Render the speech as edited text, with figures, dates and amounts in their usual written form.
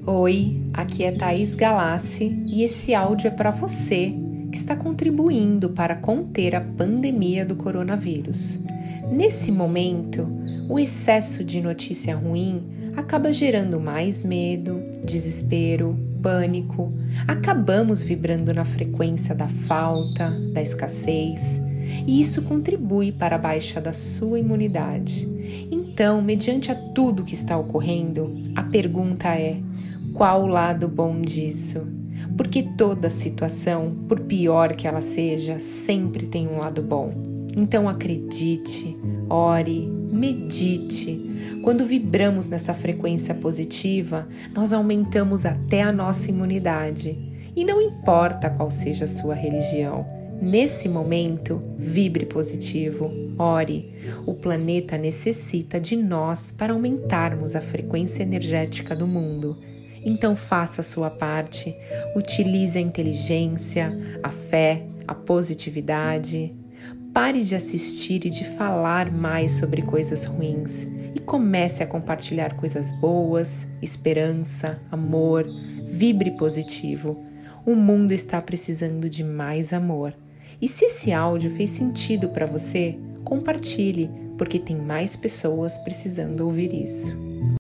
Oi, aqui é Thaís Galassi e esse áudio é para você que está contribuindo para conter a pandemia do coronavírus. Nesse momento, o excesso de notícia ruim acaba gerando mais medo, desespero, pânico. Acabamos vibrando na frequência da falta, da escassez, e isso contribui para a baixa da sua imunidade. Então, mediante a tudo que está ocorrendo, a pergunta é: qual o lado bom disso? Porque toda situação, por pior que ela seja, sempre tem um lado bom. Então acredite, ore, medite. Quando vibramos nessa frequência positiva, nós aumentamos até a nossa imunidade. E não importa qual seja a sua religião, nesse momento, vibre positivo, ore. O planeta necessita de nós para aumentarmos a frequência energética do mundo. Então faça a sua parte, utilize a inteligência, a fé, a positividade. Pare de assistir e de falar mais sobre coisas ruins e comece a compartilhar coisas boas, esperança, amor. Vibre positivo. O mundo está precisando de mais amor. E se esse áudio fez sentido para você, compartilhe, porque tem mais pessoas precisando ouvir isso.